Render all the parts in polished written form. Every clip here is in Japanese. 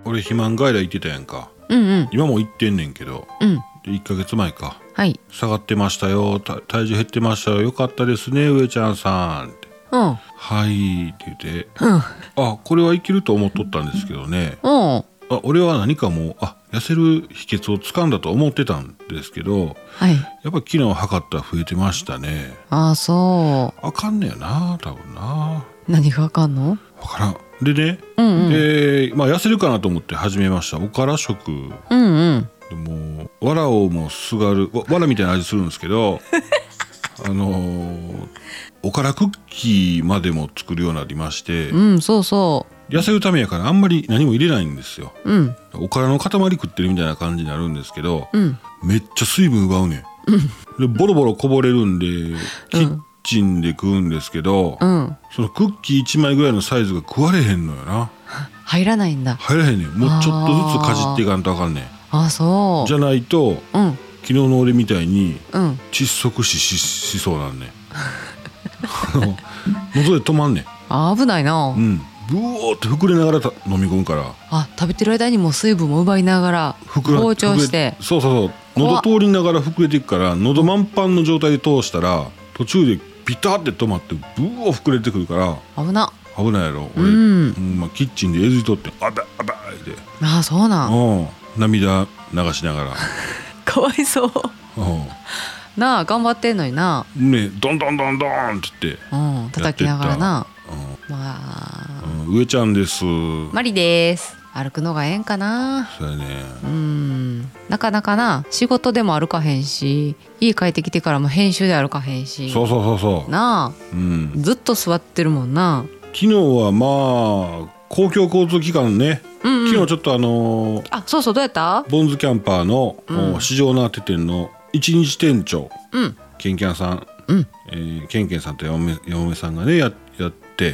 俺肥満外来行ってたやんか。今も行ってんねんけど、で1ヶ月前か、下がってましたよ、体重減ってましたよ、よかったですね上ちゃんさんって、はいって言って、あ、これはいけると思っとったんですけどね、俺は何かもう痩せる秘訣をつかんだと思ってたんですけど、やっぱり昨日測ったら増えてましたね。そうあかんねやな、多分な。 何があかんの？ わからん。でね、痩せるかなと思って始めましたおから食。でもわらをもすがるわらみたいな味するんですけどおからクッキーまでも作るようになりまして、痩せるためやからあんまり何も入れないんですよ、おからの塊食ってるみたいな感じになるんですけど、めっちゃ水分奪うねん、でボロボロこぼれるんでキッチンで食うんですけど、そのクッキー1枚ぐらいのサイズが食われへんのよな。 入らないんだ。 入らへんねん。もうちょっとずつかじっていかんとあかんねん。 そうじゃないと、昨日の俺みたいに窒息死 しそうなんねん喉で止まんねん。 危ないな。 ブオーって膨れながら飲み込むから。 食べてる間にも水分も奪いながら膨張して。 そう喉通りながら膨れていくから、喉満帆の状態で通したら途中でピタって止まってブオー膨れてくるから危ないやろ。俺、キッチンでえずいとってあばあばって。 そうなん。 涙流しながらかわいそうなあ、頑張ってんのにな。 ね、ドンドンドンドンって言って叩きながらな。 上ちゃんです。 マリです。歩くのがええんかな。 そうやね。 なかなかな、仕事でも歩かへんし、家帰ってきてからも編集で歩かへんし。 そうなあ、ずっと座ってるもんな。 昨日は公共交通機関ね、昨日ちょっとどうやった？ ボンズキャンパーの市場縄手店の一日店長、ケンケンさん、ケンケンさんと山目さんがねやって、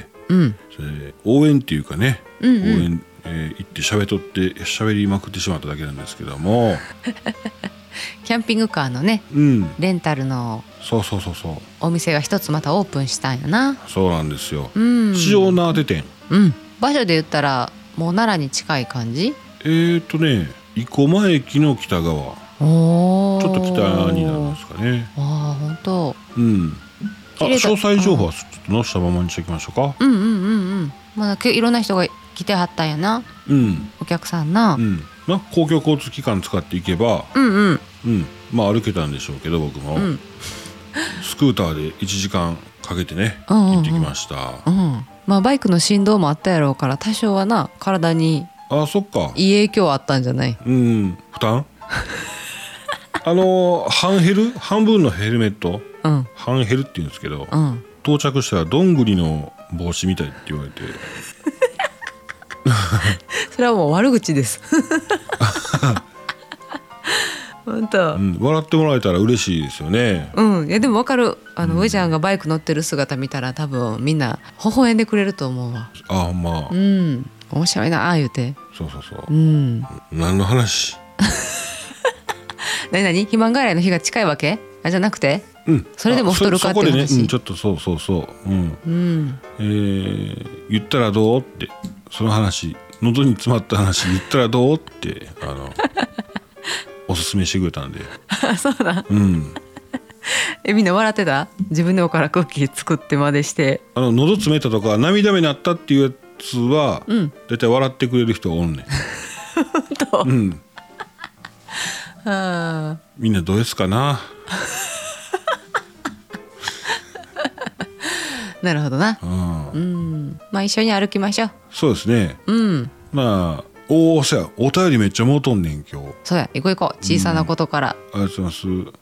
それで応援っていうかね、応援行って喋りまくってしまっただけなんですけどもキャンピングカーのね、レンタルのお店が一つまたオープンしたんやな。 そうなんですよ。市場縄手店。 場所で言ったらもう奈良に近い感じ？生駒駅の北側、ちょっと北になるんですかね。 本当。 詳細情報はちょっと載せたままにしておきましょうか。 まだいろんな人が来てはったんやな、お客さんな。 公共交通機関使っていけば、歩けたんでしょうけど、僕も、スクーターで1時間かけてね、行ってきました。 バイクの振動もあったやろうから、多少はな、体にそっか、 いい影響あったんじゃない？ 負担半分のヘルメット、半ヘルって言うんですけど、到着したらどんぐりの帽子みたいって言われてそれはもう悪口です本当、 笑ってもらえたら嬉しいですよね。 いやでも分かる。上ちゃんがバイク乗ってる姿見たら多分みんな微笑んでくれると思うわ。面白いな言うて。 そう何の話何肥満外来の日が近いわけじゃなくて、それでも太るかっていう話。 そこでね、ちょっと言ったらどうって、その話、喉に詰まった話言ったらどうっておすすめしてくれたんでそうだ、みんな笑ってた？自分でおからクッキー作ってまでして、 喉詰めたとか涙目になったっていうやつは、だいたい笑ってくれる人がおんねん本当。みんなどうですかななるほどな。一緒に歩きましょう。 そうですね。お便りめっちゃもうとんねん今日。 そうや、行こう。小さなことから。 ありがとうございます。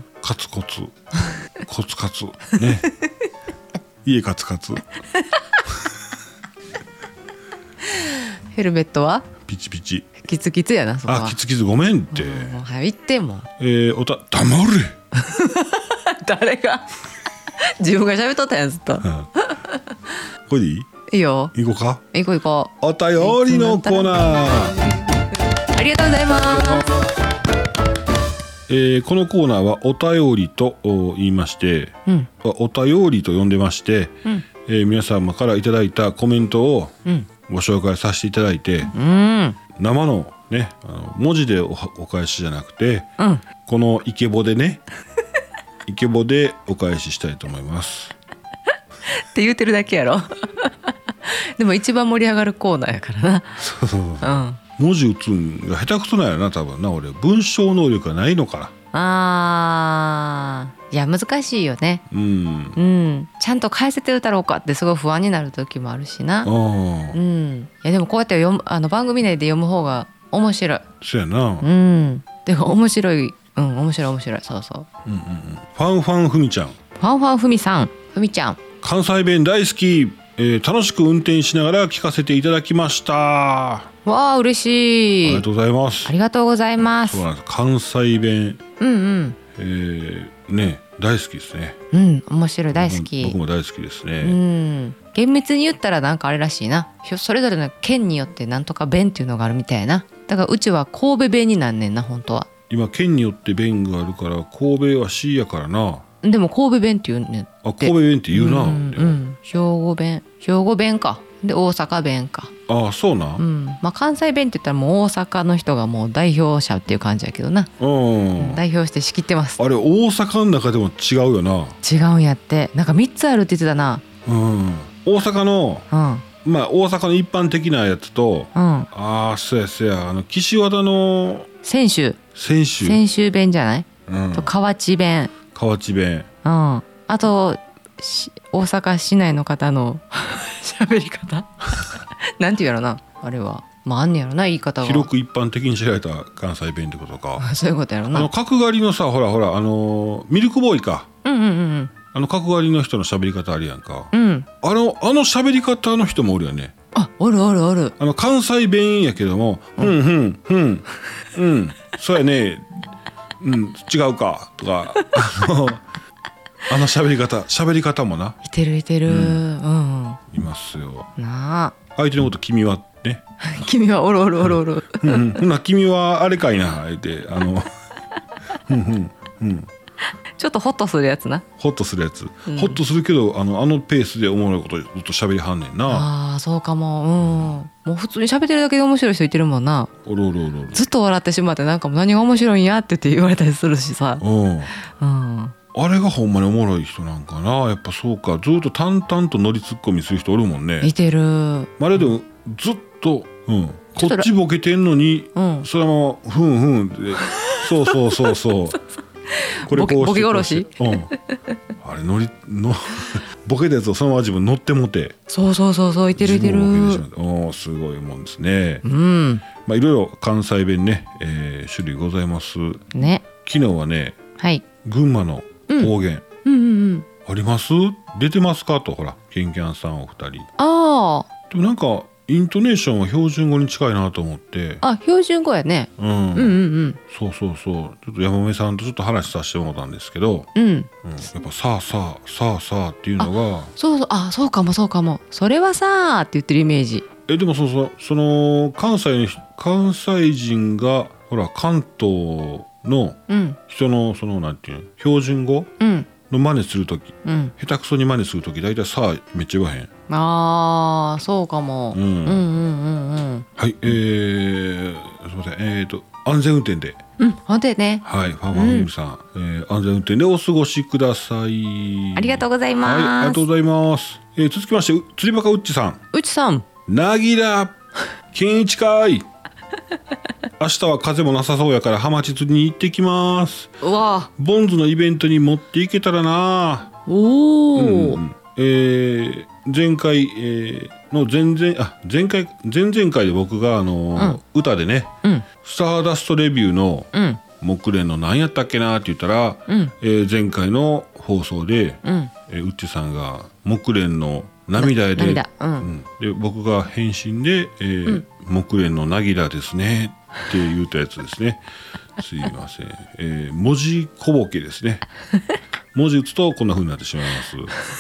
カツコツコツカツね家カツカツヘルメットはピチピチ、 キツキツやな。そこはキツキツごめんって。 もう早いっても黙れ誰が自分が喋っとったやんずっとこれでいい？ いいよ。 行こうか。 行こう。 お便りのコーナー。 ありがとうございます。 このコーナーはお便りと言いまして、お便りと呼んでまして、皆様からいただいたコメントをご紹介させていただいて、 生のね文字でお返しじゃなくて、このイケボでねイケボでお返ししたいと思いますって言ってるだけやろでも一番盛り上がるコーナーやからな。 そう、文字打つんが下手くそなんやな多分な。俺文章能力がないのかな。いや難しいよね。ちゃんと返せてるだろうかってすごい不安になる時もあるしな。いやでもこうやって番組内で読む方が面白い。 そうやな。 でも面白い。面白いそうそう。 ファンファンふみちゃん。ファンファンふみさん。ふみちゃん。 関西弁大好き。楽しく運転しながら聞かせていただきました。 わあ嬉しい。 ありがとうございます。 ありがとうございます。 そうなんです。関西弁。ね大好きですね。 面白い大好き。 僕も大好きですね。 厳密に言ったらなんかあれらしいな。それぞれの県によってなんとか弁っていうのがあるみたいな。だからうちは神戸弁になんねんな本当は。 今県によって弁があるから神戸は C やからな。 でも神戸弁って言うねん。 神戸弁って言うな。 兵庫弁か。で大阪弁か。 ああそうな。 関西弁って言ったらもう大阪の人がもう代表者っていう感じやけどな。代表して仕切ってます。 あれ大阪の中でも違うよな。 違うんやって。なんか3つあるって言ってたな。 大阪の、大阪の一般的なやつと、そうや岸和田の泉州弁じゃない？と河内弁。あと大阪市内の方の喋り方なんていうやろなあれは。あんねやろな言い方は。 広く一般的に知られた関西弁ってことか。 そういうことやろな。 角刈りのさほらミルクボーイか。角刈りの人の喋り方あるやんか。あの喋り方の人もおるよね。 おる。 関西弁やけどもそうやね違うかとか喋り方もな。 いてるいますよなあ。 相手のこと君はね君はおる君はあれかいなってちょっとホッとするやつな。 ホッとするけどあのペースでおもろいことずっと喋りはんねんな。 そうかも。もう普通に喋ってるだけで面白い人いてるもんな。 おるずっと笑ってしまってなんかもう何が面白いんやって言われたりするしさ。 あれがほんまにおもろい人なんかな。やっぱそうか。ずっと淡々と乗りツッコミする人おるもんね。 いてる。 あれでもずっとこっちボケてんのにそのままふんでそうこれこうしてボケ殺し。 あれボケたやつをそのまま自分乗ってもて。 そういてる。 すごいもんですね。いろいろ関西弁ね種類ございますね。昨日はね群馬の方言あります？出てますかと。ほらケンキャンさんお二人。でもなんかイントネーションは標準語に近いなと思って。 標準語やね。 そうちょっと山目さんとちょっと話させてもらったんですけど、やっぱさあっていうのがそうかもそれはさあって言ってるイメージ。 でもその関西人がほら関東の人のそのなんていうの標準語の真似するとき、下手くそに真似するとき大体さあめっちゃ言わへん。 そうかも。 はい、すみません。安全運転で。 安全ね。 はい、ファンファンさん、安全運転でお過ごしください。 ありがとうございます。 はい、ありがとうございます。続きまして釣りバカウッチさん。なぎら健一かい。明日は風もなさそうやからハマチ釣りに行ってきます。ボンズのイベントに持っていけたらな。前回、前々回で僕が歌でね、スターダストレビューの木蓮の何やったっけなって言ったら、前回の放送で、ウッチさんが木蓮の涙で、で僕が返信で、木蓮のなぎらですねって言ったやつですね。すいません、文字小ボケですね。文字打つとこんな風になってしまいます。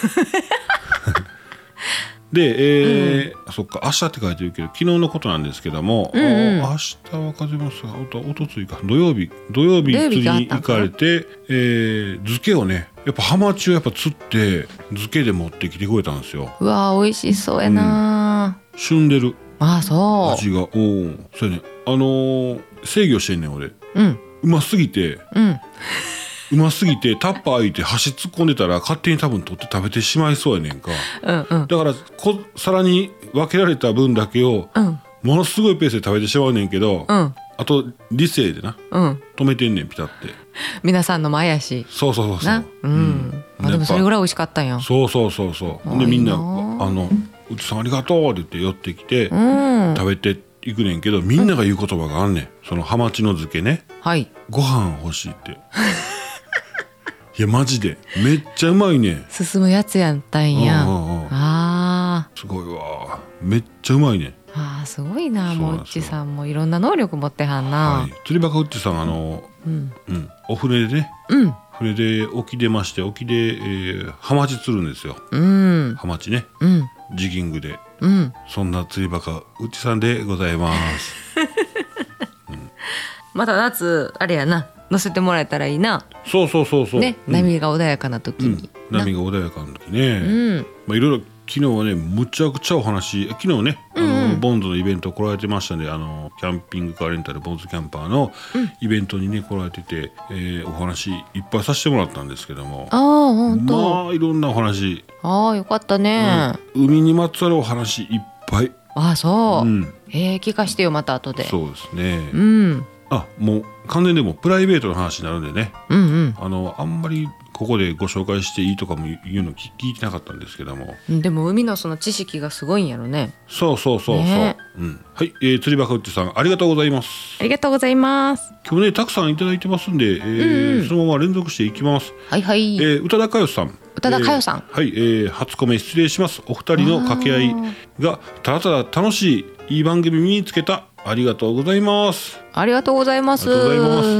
で、そっか明日って書いてるけど昨日のことなんですけども、明日は風もさおとついか土曜日釣りに行かれて、漬けをねやっぱハマチをやっぱ釣って漬けで持ってきてくれたんですよ。 うわ美味しそうやな。 旬でる。 あ、そう味がそうやね、制御してんねん俺。うますぎて、うますぎてタッパー開いて箸突っ込んでたら勝手に多分取って食べてしまいそうやねんか。だから皿に分けられた分だけを、ものすごいペースで食べてしまうねんけど、あと理性でな、止めてんねんピタって。 皆さんの前やし。 そうそうそうそう。 でもそれぐらい美味しかったんや。 そうそうそうそう。でみんなうちさんありがとうって言って寄ってきて、食べていくねんけど、みんなが言う言葉があんねん。そのハマチの漬けね。ご飯欲しいって。いやマジでめっちゃうまいねん。 進むやつやったんや。 すごいわ、めっちゃうまいねん。 すごいな。もううっちさんもいろんな能力持ってはんな。 釣りバカうっちさんお船でね、船で沖出まして、沖でハマチ釣るんですよ。ハマチね、ジギングで。そんな釣りバカうっちさんでございます。 また夏あれやな、乗せてもらえたらいいな。 そうそうそうそう。 ね、波が穏やかな時に。 波が穏やかな時ね。まあいろいろ昨日はね、むちゃくちゃお話、昨日ね、ボンズのイベント来られてましたんで、キャンピングカーレンタルボンズキャンパーのイベントにね来られてて、お話いっぱいさせてもらったんですけども、 本当。 まあいろんなお話。 よかったね。 海にまつわるお話いっぱい。 そう。聞かしてよまた後で。 そうですね。もう完全でもプライベートの話になるんでね、あんまりここでご紹介していいとかも言うの聞いてなかったんですけども、 でも海のその知識がすごいんやろね。 そうそうそうそう、はい、釣りバカウッチさんありがとうございます。 ありがとうございます。 今日ねたくさんいただいてますんで、そのまま連続していきます。宇多田佳代さん、 宇多田佳代さん、 初コメ失礼します。お二人の掛け合いがただただ楽しいいい番組見つけた。ありがとうございます。 ありがとうございます。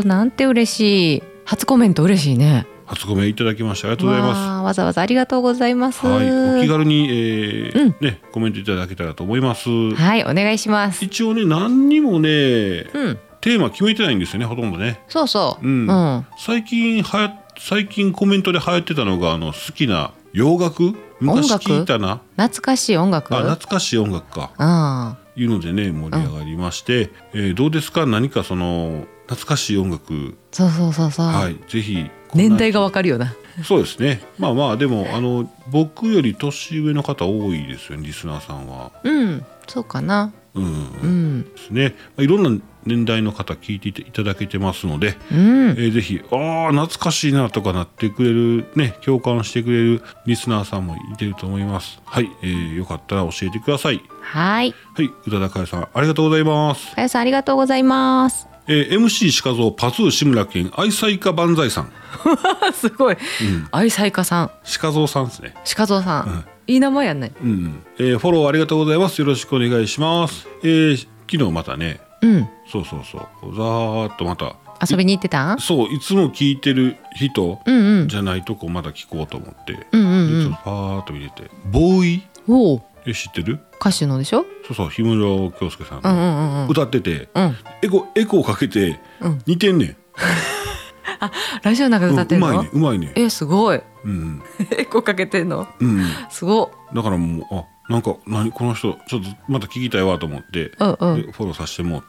なんて嬉しい。初コメント嬉しいね。 初コメいただきましてありがとうございます。 わざわざありがとうございます。 お気軽に、コメントいただけたらと思います。 お願いします。 一応ね何にもね、テーマ決めてないんですよね、ほとんどね。 そうそう。 最近コメントで流行ってたのが好きな洋楽、昔聞いたな懐かしい音楽。 懐かしい音楽か。いうのでね盛り上がりまして、どうですか、何かその懐かしい音楽。 そうそうそうそう。 ぜひ年代がわかるよな。 そうですね。まあでも僕より年上の方多いですよね、リスナーさんは。そうかな。ですね。いろんな年代の方聞いていただけてますので、ぜひ懐かしいなとかなってくれるね、共感してくれるリスナーさんもいてると思います。よかったら教えてください。宇多田佳代さんありがとうございます。 佳代さんありがとうございます。 MC 鹿蔵パズー志村けん愛妻家万歳さん。 すごい、愛妻家さん、 鹿蔵さんですね。 鹿蔵さん、いい名前やんね。 フォローありがとうございます。よろしくお願いします。昨日またね、そうざーっとまた遊びに行ってた。 そういつも聞いてる人じゃないとこまだ聞こうと思って、パーッと入れてボーイ知ってる？ 歌手のでしょ。 そう氷室京介さん歌ってて、エコーかけて似てんねん。 ラジオの中で歌ってんの？ うまいね。 すごい。エコーかけてんの？すごい。だからもうなんかこの人ちょっとまた聞きたいわと思ってフォローさせてもらって、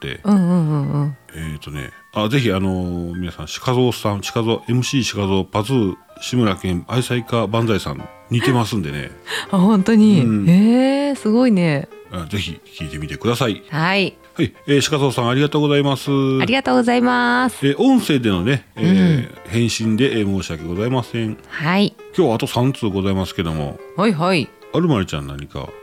ぜひ皆さん鹿蔵さん、MC 鹿蔵パズー志村けん愛妻家万歳さん似てますんでね。 本当に、すごいね。 ぜひ聞いてみてください。 鹿蔵さんありがとうございます。 ありがとうございます。 音声でのね、返信で申し訳ございません。今日はあと3通ございますけども。アルマリちゃん何か。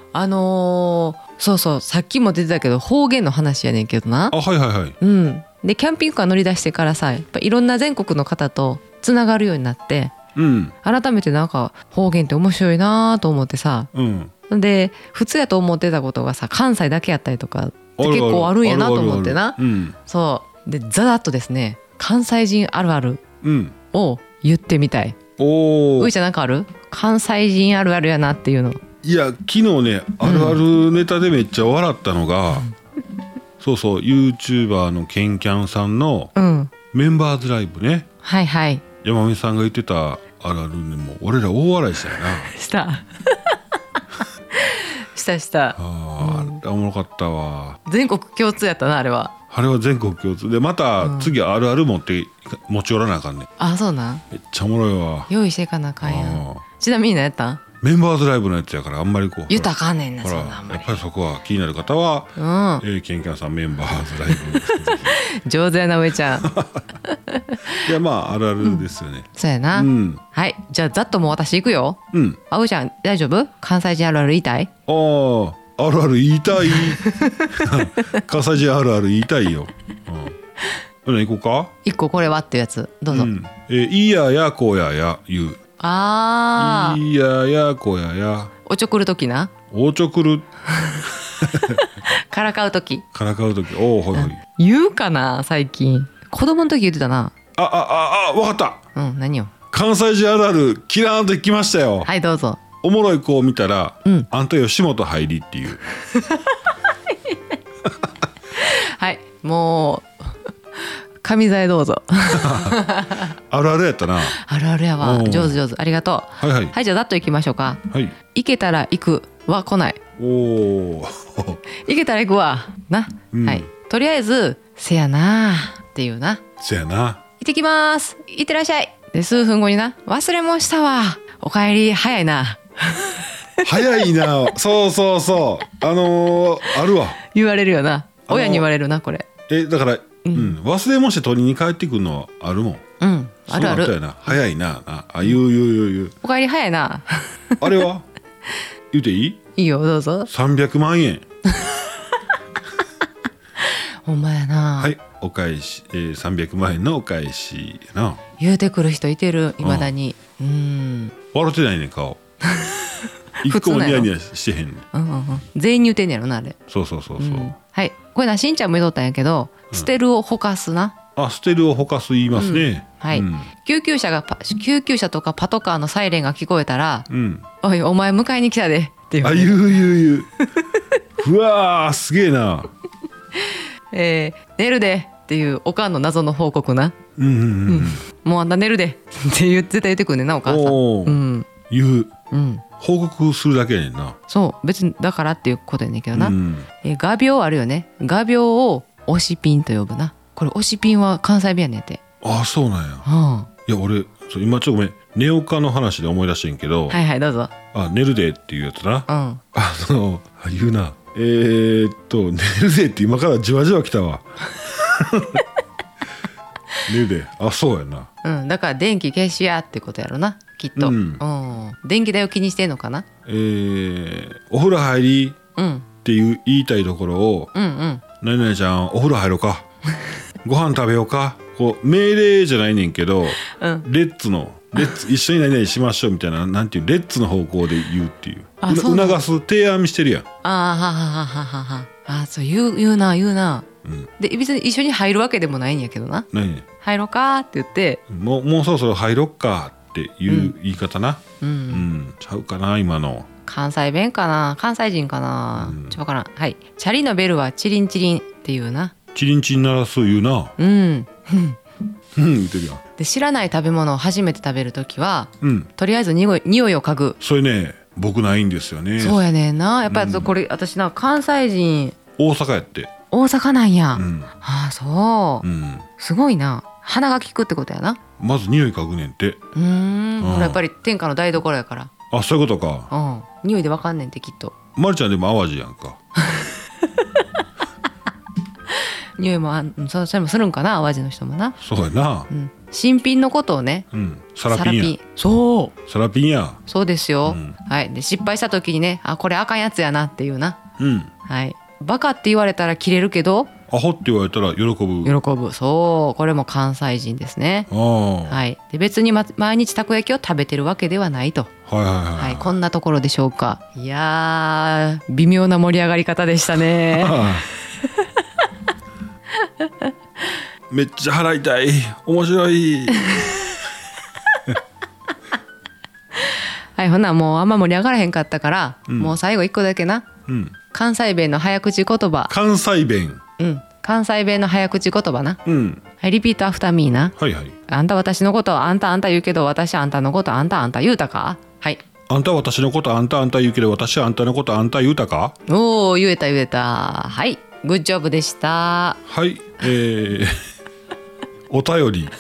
そうさっきも出てたけど方言の話やねんけどな。でキャンピングカー乗り出してからさ、やっぱいろんな全国の方とつながるようになって、改めてなんか方言って面白いなと思ってさ、で普通やと思ってたことがさ関西だけやったりとかって結構あるんやなと思ってな。そうでザザッとですね、関西人あるあるを言ってみたい。ういちゃんなんかある？関西人あるあるやなっていうの。 いや昨日ねあるあるネタでめっちゃ笑ったのが、YouTuber のケンキャンさんのメンバーズライブね。山美さんが言ってたあるあるでも俺ら大笑いしたよな。 したおもろかったわ。 全国共通やったなあれは。 あれは全国共通で、また次あるある持ち寄らなあかんねん。 あ、そうなん。 めっちゃおもろいわ。 用意していかなあかんやん。ちなみに何やったん？ メンバーズライブのやつやからあんまりこう言うたらあかんねんな。 ほらそんなあんまりやっぱりそこは気になる方は、ケンキャンさんメンバーズライブ上手やな上ちゃん。 いやまああるあるですよね。 そうやな。はい、じゃあざっともう私行くよ。あうちゃん大丈夫？関西人あるある言いたい？ あるある言いたい。関西人あるある言いたいよ。行こうか。 一個これはっていうやつどうぞ。 いややこやや言う。いややこやや。 おちょくる時な。 おちょくる。 からかう時。 からかう時。おおほいほい。 言うかな最近。子供の時言ってたな。 わかった。 何よ。 関西人あるあるキラーンときましたよ。 はいどうぞ。 おもろい子を見たら、あんた吉本入りっていう。 はいもう神剤どうぞ。 あるあるやったな。 あるあるやわ。上手ありがとう。はいじゃあざっといきましょうか。行けたら行くは来ない。行けたら行くわな。はいとりあえずせやなっていうな。 せやな。 行ってきます行ってらっしゃいで数分後にな忘れもしたわおかえり早いな。 早いな。そうあるわ。 言われるよな。親に言われるなこれ。 だから忘れもして取りに帰ってくるのはあるもん。 あるある。 早いな。言う。 おかえり早いな。 あれは言うていい？ いいよどうぞ。 300万円。 ほんまやな。 はいお返し、300万円のお返しやな。 言うてくる人いてるいまだに。 笑ってないね顔。一個もニヤニヤしてへんね。 全員に言うてんねやろなあれ。 そう。 はいこれなしんちゃんも言うとったんやけど、捨てるをほかすな。 捨てるをほかす言いますね。 はい救急車とかパトカーのサイレンが聞こえたら、おいお前迎えに来たでって言う。 言う。うわーすげえな。 寝るでっていうおかんの謎の報告な。もうあんた寝るでって絶対言ってくんねんなお母さん。 言う。報告するだけやねんな。 そう別にだからっていうことやねんけどな。画鋲あるよね。画鋲を押しピンと呼ぶな。これ押しピンは関西弁やねんて。 そうなんや。いや俺今ちょっとごめん寝岡の話で思い出してんけど。 はいどうぞ。 寝るでっていうやつな。言うな。寝るでって今からじわじわきたわ。寝るで。そうやな。 だから電気消しやってことやろなきっと。電気代を気にしてんのかな。 お風呂入りって言いたいところを何々ちゃんお風呂入ろうかご飯食べようかこう命令じゃないねんけど、レッツ一緒に何々しましょうみたいななんていうレッツの方向で言うっていう促す提案してるやん。 そう言うな。で別に一緒に入るわけでもないんやけどな。入ろうかって言ってもうそろそろ入ろっかっていう言い方な。ちゃうかな今の。 関西弁かな関西人かな。ちょっとわからん。はいチャリのベルはチリンチリンっていうな。 チリンチリン鳴らす言うな。言ってるやん。で知らない食べ物を初めて食べるときは、とりあえず匂いを嗅ぐ。 それね僕ないんですよね。 そうやねんな。やっぱりこれ、私な関西人。 大阪やって。 大阪なんや。そう、すごいな。鼻が利くってことやな。 まず匂い嗅ぐねんて。 これやっぱり天下の台所やから。 そういうことか。 匂いでわかんねんてきっと。 まるちゃんでも淡路やんか。 匂いもそれもするんかな淡路の人もな。 そうやな。 新品のことをね。 サラピンや。 そうサラピンや。 そうですよ。で失敗した時にねこれあかんやつやなっていうな。バカって言われたらキレるけどアホって言われたら喜ぶ。 そうこれも関西人ですね。で別に毎日たこ焼きを食べてるわけではないと。こんなところでしょうか。いやー微妙な盛り上がり方でしたね。 めっちゃ払いたい面白い。 ほなもうあんま盛り上がらへんかったから、もう最後一個だけな。関西弁の早口言葉。 関西弁。 関西弁の早口言葉な。リピートアフターミーな。あんた私のことあんた言うけど私あんたのことあんた言うたか。 あんたは私のことあんた言うけど、私はあんたのことあんた言うたか。 おー、言えた。はい、グッジョブでした。 はい、お便り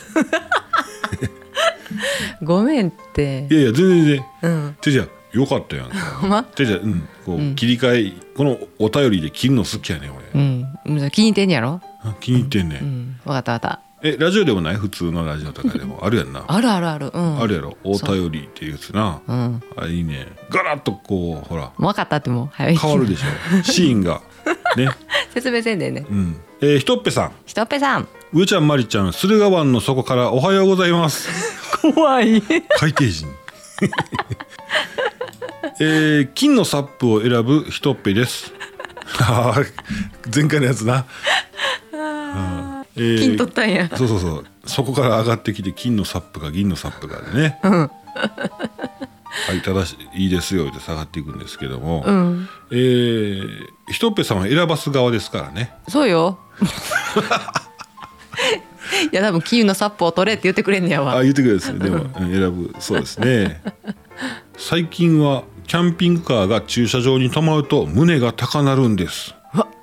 ごめんって。 いや全然、じゃよかったやんか。じゃこう切り替え、このお便りで切るの好きやねん俺。気に入ってんやろ。 気に入ってんねん。 わかった。 ラジオでもない、普通のラジオとかでもあるやんな。 ある。 あるやろ、お便りっていうやつな。あ、いいね。ガラッとこうほら。 わかったってもう変わるでしょ。シーンがね。 説明せんでね。 ひとっぺさん。上ちゃんまりちゃん、駿河湾の底からおはようございます。 怖い。 海底人。金のサップを選ぶひとっぺです。前回のやつな。 金取ったんや。 そう。そこから上がってきて金のサップか銀のサップかでね。はい、正しいいですよって下がっていくんですけども、ひとっぺさんは選ばす側ですからね。 そうよ。いや多分金のサップを取れって言ってくれんねやわ。 あ、言ってくれるですね。でも選ぶそうですね。最近はキャンピングカーが駐車場に止まると胸が高鳴るんです。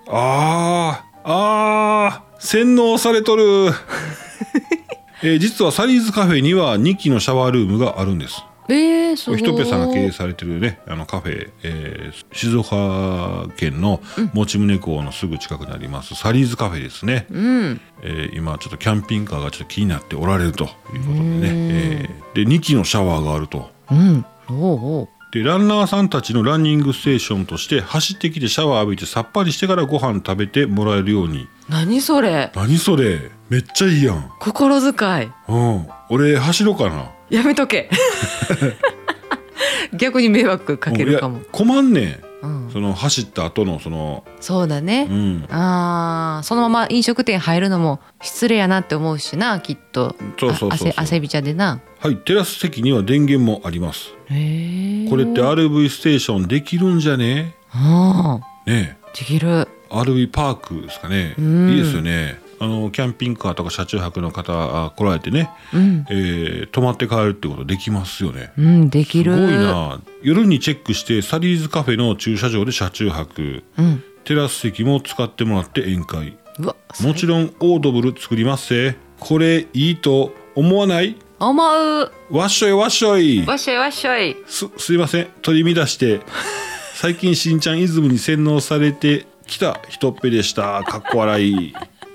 洗脳されとる。実はサリーズカフェには2機のシャワールームがあるんです。 すごい。 ひとっぺさんが経営されてるね、カフェ、静岡県の用宗港のすぐ近くにありますサリーズカフェですね。今ちょっとキャンピングカーがちょっと気になっておられるということでね、で2機のシャワーがあると。でランナーさんたちのランニングステーションとして走ってきてシャワー浴びてさっぱりしてからご飯食べてもらえるように。 何それめっちゃいいやん。 心遣い。 俺走ろうかな。 やめとけ。逆に迷惑かけるかも。 困んねん、その走った後のそうだね、そのまま飲食店入るのも失礼やなって思うしな、きっと。汗びちゃでな。 はい、テラス席には電源もあります。これって RV ステーションできるんじゃね。 できる。 RV パークですかね。いいですよね。キャンピングカーとか車中泊の方来られてね、泊まって帰るってことできますよね。 できる。 すごいな。夜にチェックしてサリーズカフェの駐車場で車中泊、テラス席も使ってもらって宴会。もちろんオードブル作りますせ。これいいと思わない？ 思う。 わっしょい。すいません、取り乱して最近しんちゃんイズムに洗脳されてきたひとっぺでした。かっこ笑い。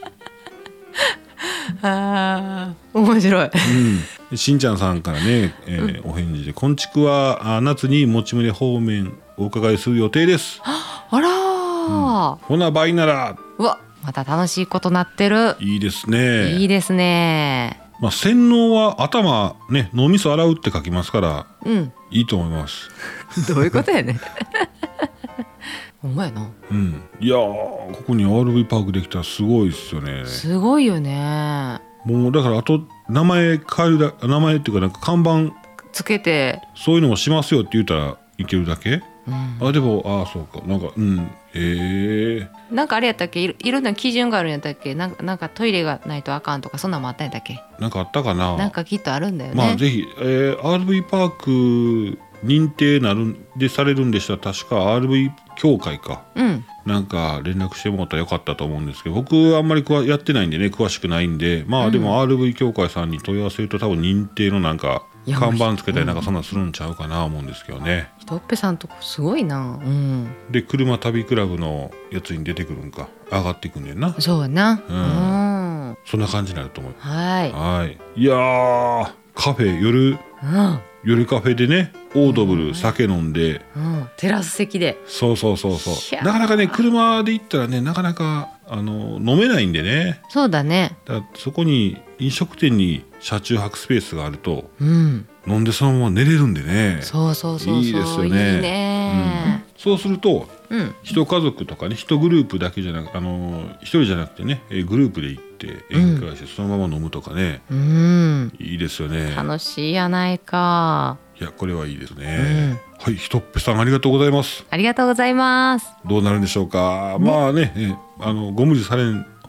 面白い。 しんちゃんさんからね、お返事で、こんちくは夏にもちむね方面お伺いする予定です。ほな倍なら。 また楽しいことなってる。 いいですね。洗脳は頭ね、脳みそ洗うって書きますから、いいと思います。 どういうことやねん。ほんまやな。 いやここに RV パークできたらすごいですよね。 すごいよね。 もうだからあと名前変える名前っていうかなんか看板つけてそういうのもしますよって言ったらいけるだけ。でもそうか、なんかなんかあれやったっけ、いろんな基準があるんやったっけ。なんかトイレがないとあかんとかそんなんもあったんやったっけ。 なんかあったかな。 なんかきっとあるんだよね。 ぜひ、RV パーク認定されるんでしたら確か RV 協会か、なんか連絡してもらったらよかったと思うんですけど、僕あんまりやってないんでね、詳しくないんで、でも RV 協会さんに問い合わせると多分認定のなんか看板つけたりなんかそんなんするんちゃうかな思うんですけどね。 ひとっぺさんとこすごいな。 で車旅クラブのやつに出てくるんか、上がっていくんねんな。 そうやな。 そんな感じになると思う。 はい。 いやカフェ夜カフェでね、オードブル酒飲んで、 テラス席で。 そうなかなかね、車で行ったらね、なかなか飲めないんでね。 そうだね。 だからそこに飲食店に車中泊スペースがあると、飲んでそのまま寝れるんでね。 そういいですよね。いいね。 そうすると一家族とかね、一グループだけじゃなく一人じゃなくてね、グループで行って宴会してそのまま飲むとかね、いいですよね。 楽しいやないか。 いやこれはいいですね。はい、ひとっぺさんありがとうございます。 ありがとうございます。 どうなるんでしょうか。ご無理されん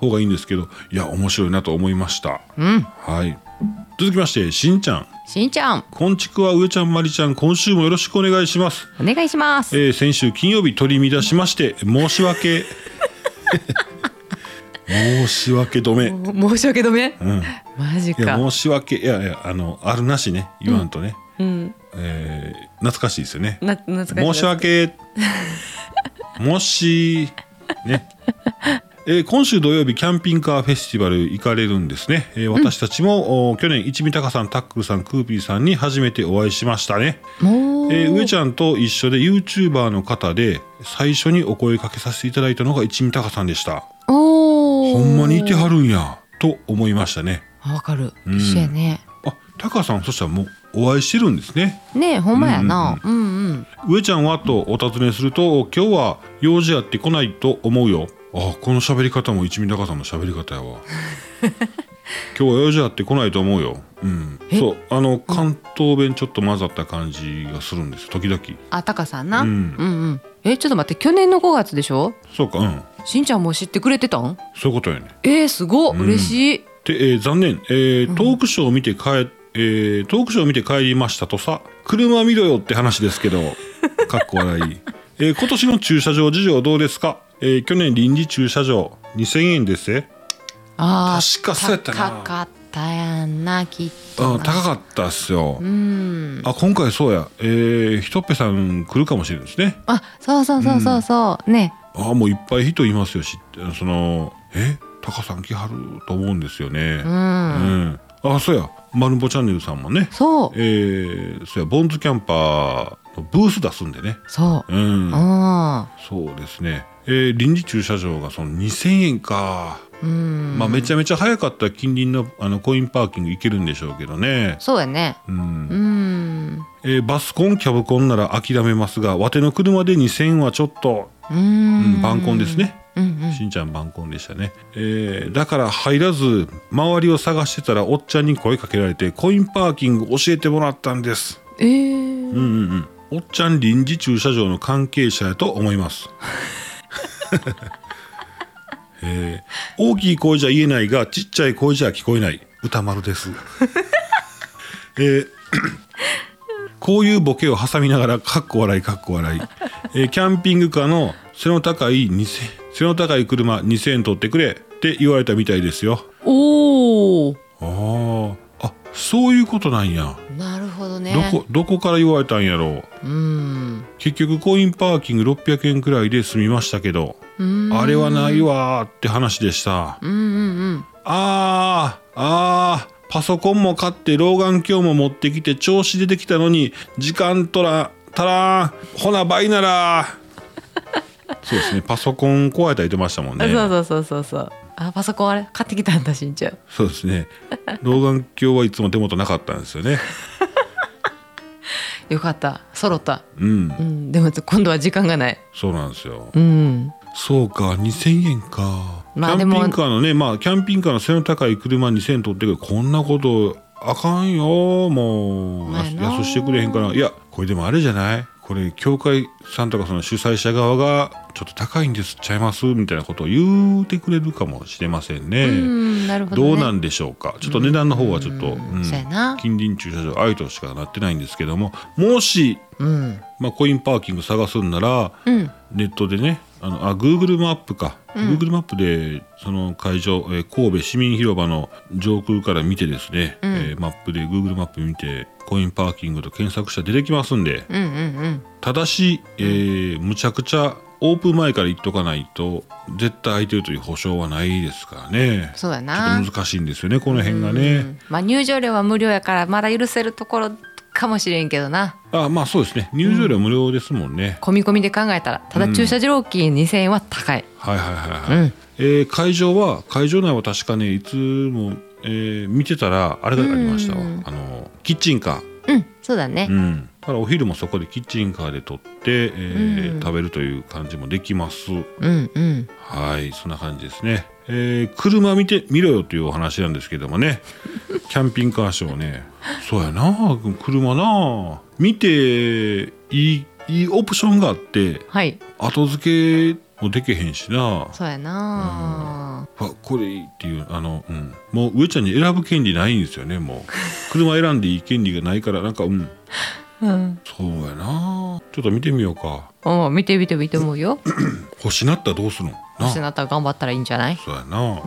方がいいんですけど、いや面白いなと思いました。はい。続きましてしんちゃん。こんちくわ上ちゃんまりちゃん、今週もよろしくお願いします。 お願いします。 先週金曜日取り乱しまして申し訳申し訳止め。 申し訳止め。マジか。 いや申し訳、いやあるなしね言わんとね。懐かしいですよね。 懐かしい。 申し訳もしね。今週土曜日キャンピングカーフェスティバル行かれるんですね。私たちも去年一味高さん、タックルさん、クーピーさんに初めてお会いしましたね。上ちゃんと一緒で YouTuber の方で最初にお声かけさせていただいたのが一味高さんでした。ほんまにいてはるんやと思いましたね。 わかる。一緒やね。 高さんそしたらもうお会いしてるんですね。 ねえ、ほんまやな。 上ちゃんはとお尋ねすると、今日は用事あって来ないと思うよ。この喋り方も一味高さんの喋り方やわ。今日は用事あって来ないと思うよ。そう関東弁ちょっと混ざった感じがするんです時々。 高さんな。ちょっと待って、去年の5月でしょ。 そうか。 しんちゃんも知ってくれてたん？ そういうことやね。 すごっ、嬉しい。 で、残念、トークショーを見て帰りましたとさ。車見ろよって話ですけどかっこ笑い。今年の駐車場事情どうですか？去年臨時駐車場2000円ですね。確かそうやったな。 高かったやんな、きっと。 高かったっすよ。今回そうや、ひとっぺさん来るかもしれないですね。 そうね。 もういっぱい人いますよ。高さん来はると思うんですよね。そうや、マルンボチャンネルさんもね。そうや、ボンズキャンパーのブース出すんでね。そうですね。臨時駐車場がその2000円か。めちゃめちゃ早かったら近隣のコインパーキング行けるんでしょうけどね。 そうやね。 バスコンキャブコンなら諦めますが、わての車で2000円はちょっと晩婚ですね。しんちゃん晩婚でしたね。だから入らず周りを探してたらおっちゃんに声かけられてコインパーキング教えてもらったんです。おっちゃん臨時駐車場の関係者やと思います。大きい声じゃ言えないがちっちゃい声じゃ聞こえない歌丸です。こういうボケを挟みながらかっこ笑い、キャンピングカーの背の高い車2000円取ってくれって言われたみたいですよ。そういうことなんや。 なるほどね。 どこから言われたんやろう。結局コインパーキング600円くらいで済みましたけど、あれはないわーって話でした。パソコンも買って老眼鏡も持ってきて調子出てきたのに時間足らん、ほな倍なら。そうですね、パソコン壊れた言ってましたもんね。 そう。パソコンあれ買ってきたんだ、しんちゃん。 そうですね。老眼鏡はいつも手元なかったんですよね。 よかった、揃った。でも今度は時間がない。 そうなんですよ。そうか、2000円か。キャンピングカーのね、キャンピングカーの背の高い車2000円取ってくる。こんなことあかんよ。もう安してくれへんから。いや、これでもあれじゃない？これ協会さんとかその主催者側がちょっと高いんですちゃいますみたいなことを言うてくれるかもしれませんね。 なるほどね。 どうなんでしょうか。ちょっと値段の方はちょっと近隣駐車場アイドルしかなってないんですけども、もしコインパーキング探すんならネットでね、Google マップか、Google マップでその会場、神戸市民広場の上空から見てですね、マップで Google マップ見てコインパーキングと検索したら出てきますんで、ただし、むちゃくちゃオープン前から言っとかないと絶対空いてるという保証はないですからね。 そうやな。 ちょっと難しいんですよね、この辺がね。 入場料は無料やからまだ許せるところかもしれんけどな。 そうですね、入場料無料ですもんね。 込み込みで考えたら。ただ駐車場料金2000円は高い。 会場内は確かね、いつも、見てたらあれがありましたわ。キッチンカー。 そうだね。 だからお昼もそこでキッチンカーで取って、食べるという感じもできます。はい、そんな感じですね。車見てみろよというお話なんですけどもね。キャンピングカーショーね。そうやな、車な、見ていいオプションがあって、後付けもうできへんしな。 そうやな、 これいいっていうもう上ちゃんに選ぶ権利ないんですよね。もう車選んでいい権利がないからなんかそうやな。ちょっと見てみようか。 見てみてもいいと思うよ。 欲しなったらどうするの？ 欲しなったら頑張ったらいいんじゃない？ そうやな。はい、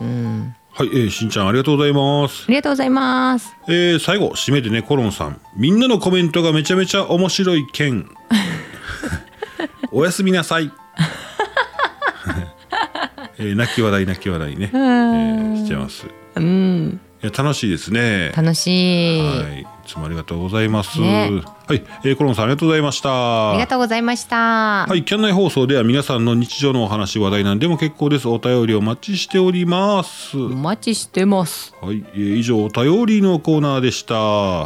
しんちゃんありがとうございます。 ありがとうございます。 最後締めてね、コロンさん、みんなのコメントがめちゃめちゃ面白い件おやすみなさい泣き笑いね、しちゃいます。いや楽しいですね。 楽しい。 はい、いつもありがとうございます。はい、コロンさんありがとうございました。 ありがとうございました。 はい、キャン内放送では皆さんの日常のお話、話題なんでも結構です。お便りお待ちしております。 お待ちしてます。 はい、以上お便りのコーナーでした。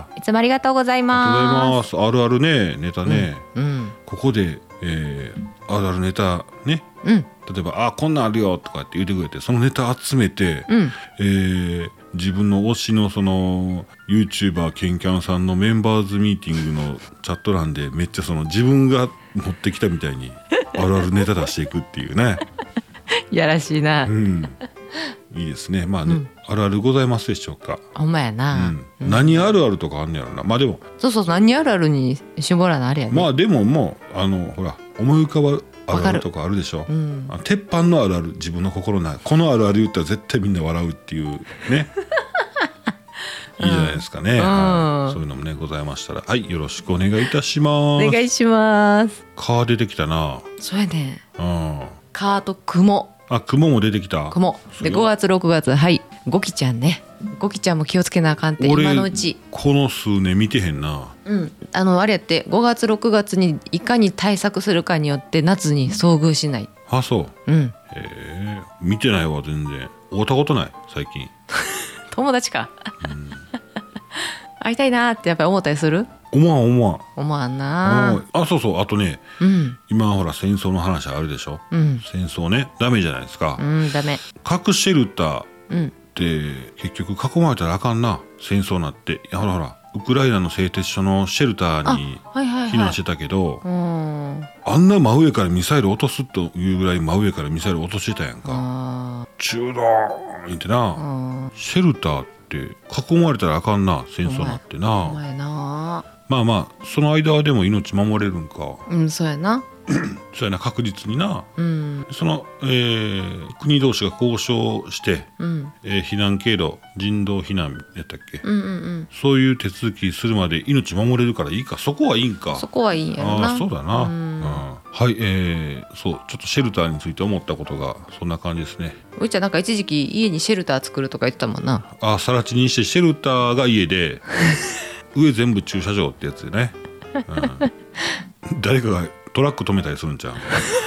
いつもありがとうございます。 ありがとうございます。あるあるね、ネタね。ここで、あるあるネタね。例えばこんなんあるよとかって言ってくれて、そのネタ集めて、自分の推しのその YouTuber ケンキャンさんのメンバーズミーティングのチャット欄でめっちゃその自分が持ってきたみたいにあるあるネタ出していくっていうね。 やらしいな。 いいですね。まあね、あるあるございますでしょうか。 ほんまやな。 何あるあるとかあんねやろな。まあでもそう何あるあるに絞らなあれやね。 まあでももうほら思い浮かばあるあるとかあるでしょ。鉄板のあるある、自分の心の中、このあるある言ったら絶対みんな笑うっていうねいいじゃないですかね。そういうのもねございましたら、はい、よろしくお願いいたします。 お願いします。 蚊出てきたな。 そうやね。蚊と雲。 雲も出てきた。 雲で5月6月、はいゴキちゃんね。ゴキちゃんも気をつけなあかんって今のうち。 この数年見てへんな。 あれやって5月6月にいかに対策するかによって夏に遭遇しない。 そう。見てないわ全然。会ったことない最近。 友達か。会いたいなってやっぱり思ったりする？ 思わんな。 そうあとね、今ほら戦争の話あるでしょ。戦争ねダメじゃないですか。 ダメ。 核シェルターって結局囲まれたらあかんな、戦争になって。ほらウクライナの製鉄所のシェルターに避難してたけど、あんな真上からミサイル落とすというぐらい真上からミサイル落としてたやんか。中ドーンってな。シェルターって囲まれたらあかんな、戦争になってな。まあその間はでも命守れるんか。 そうやな。 そうやな、確実にな。その、国同士が交渉して、避難経路、人道避難やったっけ、そういう手続きするまで命守れるからいいか。そこはいいんか。 そこはいいんやろな。 そうだな。はい、そうちょっとシェルターについて思ったことがそんな感じですね。 ういちゃんなんか一時期家にシェルター作るとか言ってたもんな。 更地にしてシェルターが家で上全部駐車場ってやつでね。誰かがトラック止めたりするんちゃ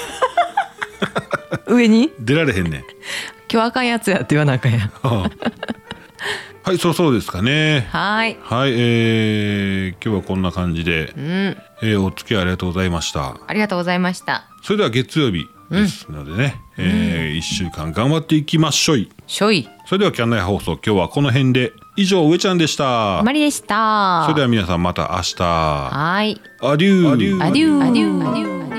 う上に出られへんねん。 今日あかんやつやって言わなあかんや。 はい、そうですかね。 はい、 今日はこんな感じで、お付き合いありがとうございました。 ありがとうございました。 それでは月曜日ですのでね、1週間頑張っていきましょい。それではキャンナイ放送、今日はこの辺で。以上、上ちゃんでした。 まりでした。 それでは皆さんまた明日。 はい。 アデュー。 アデュー。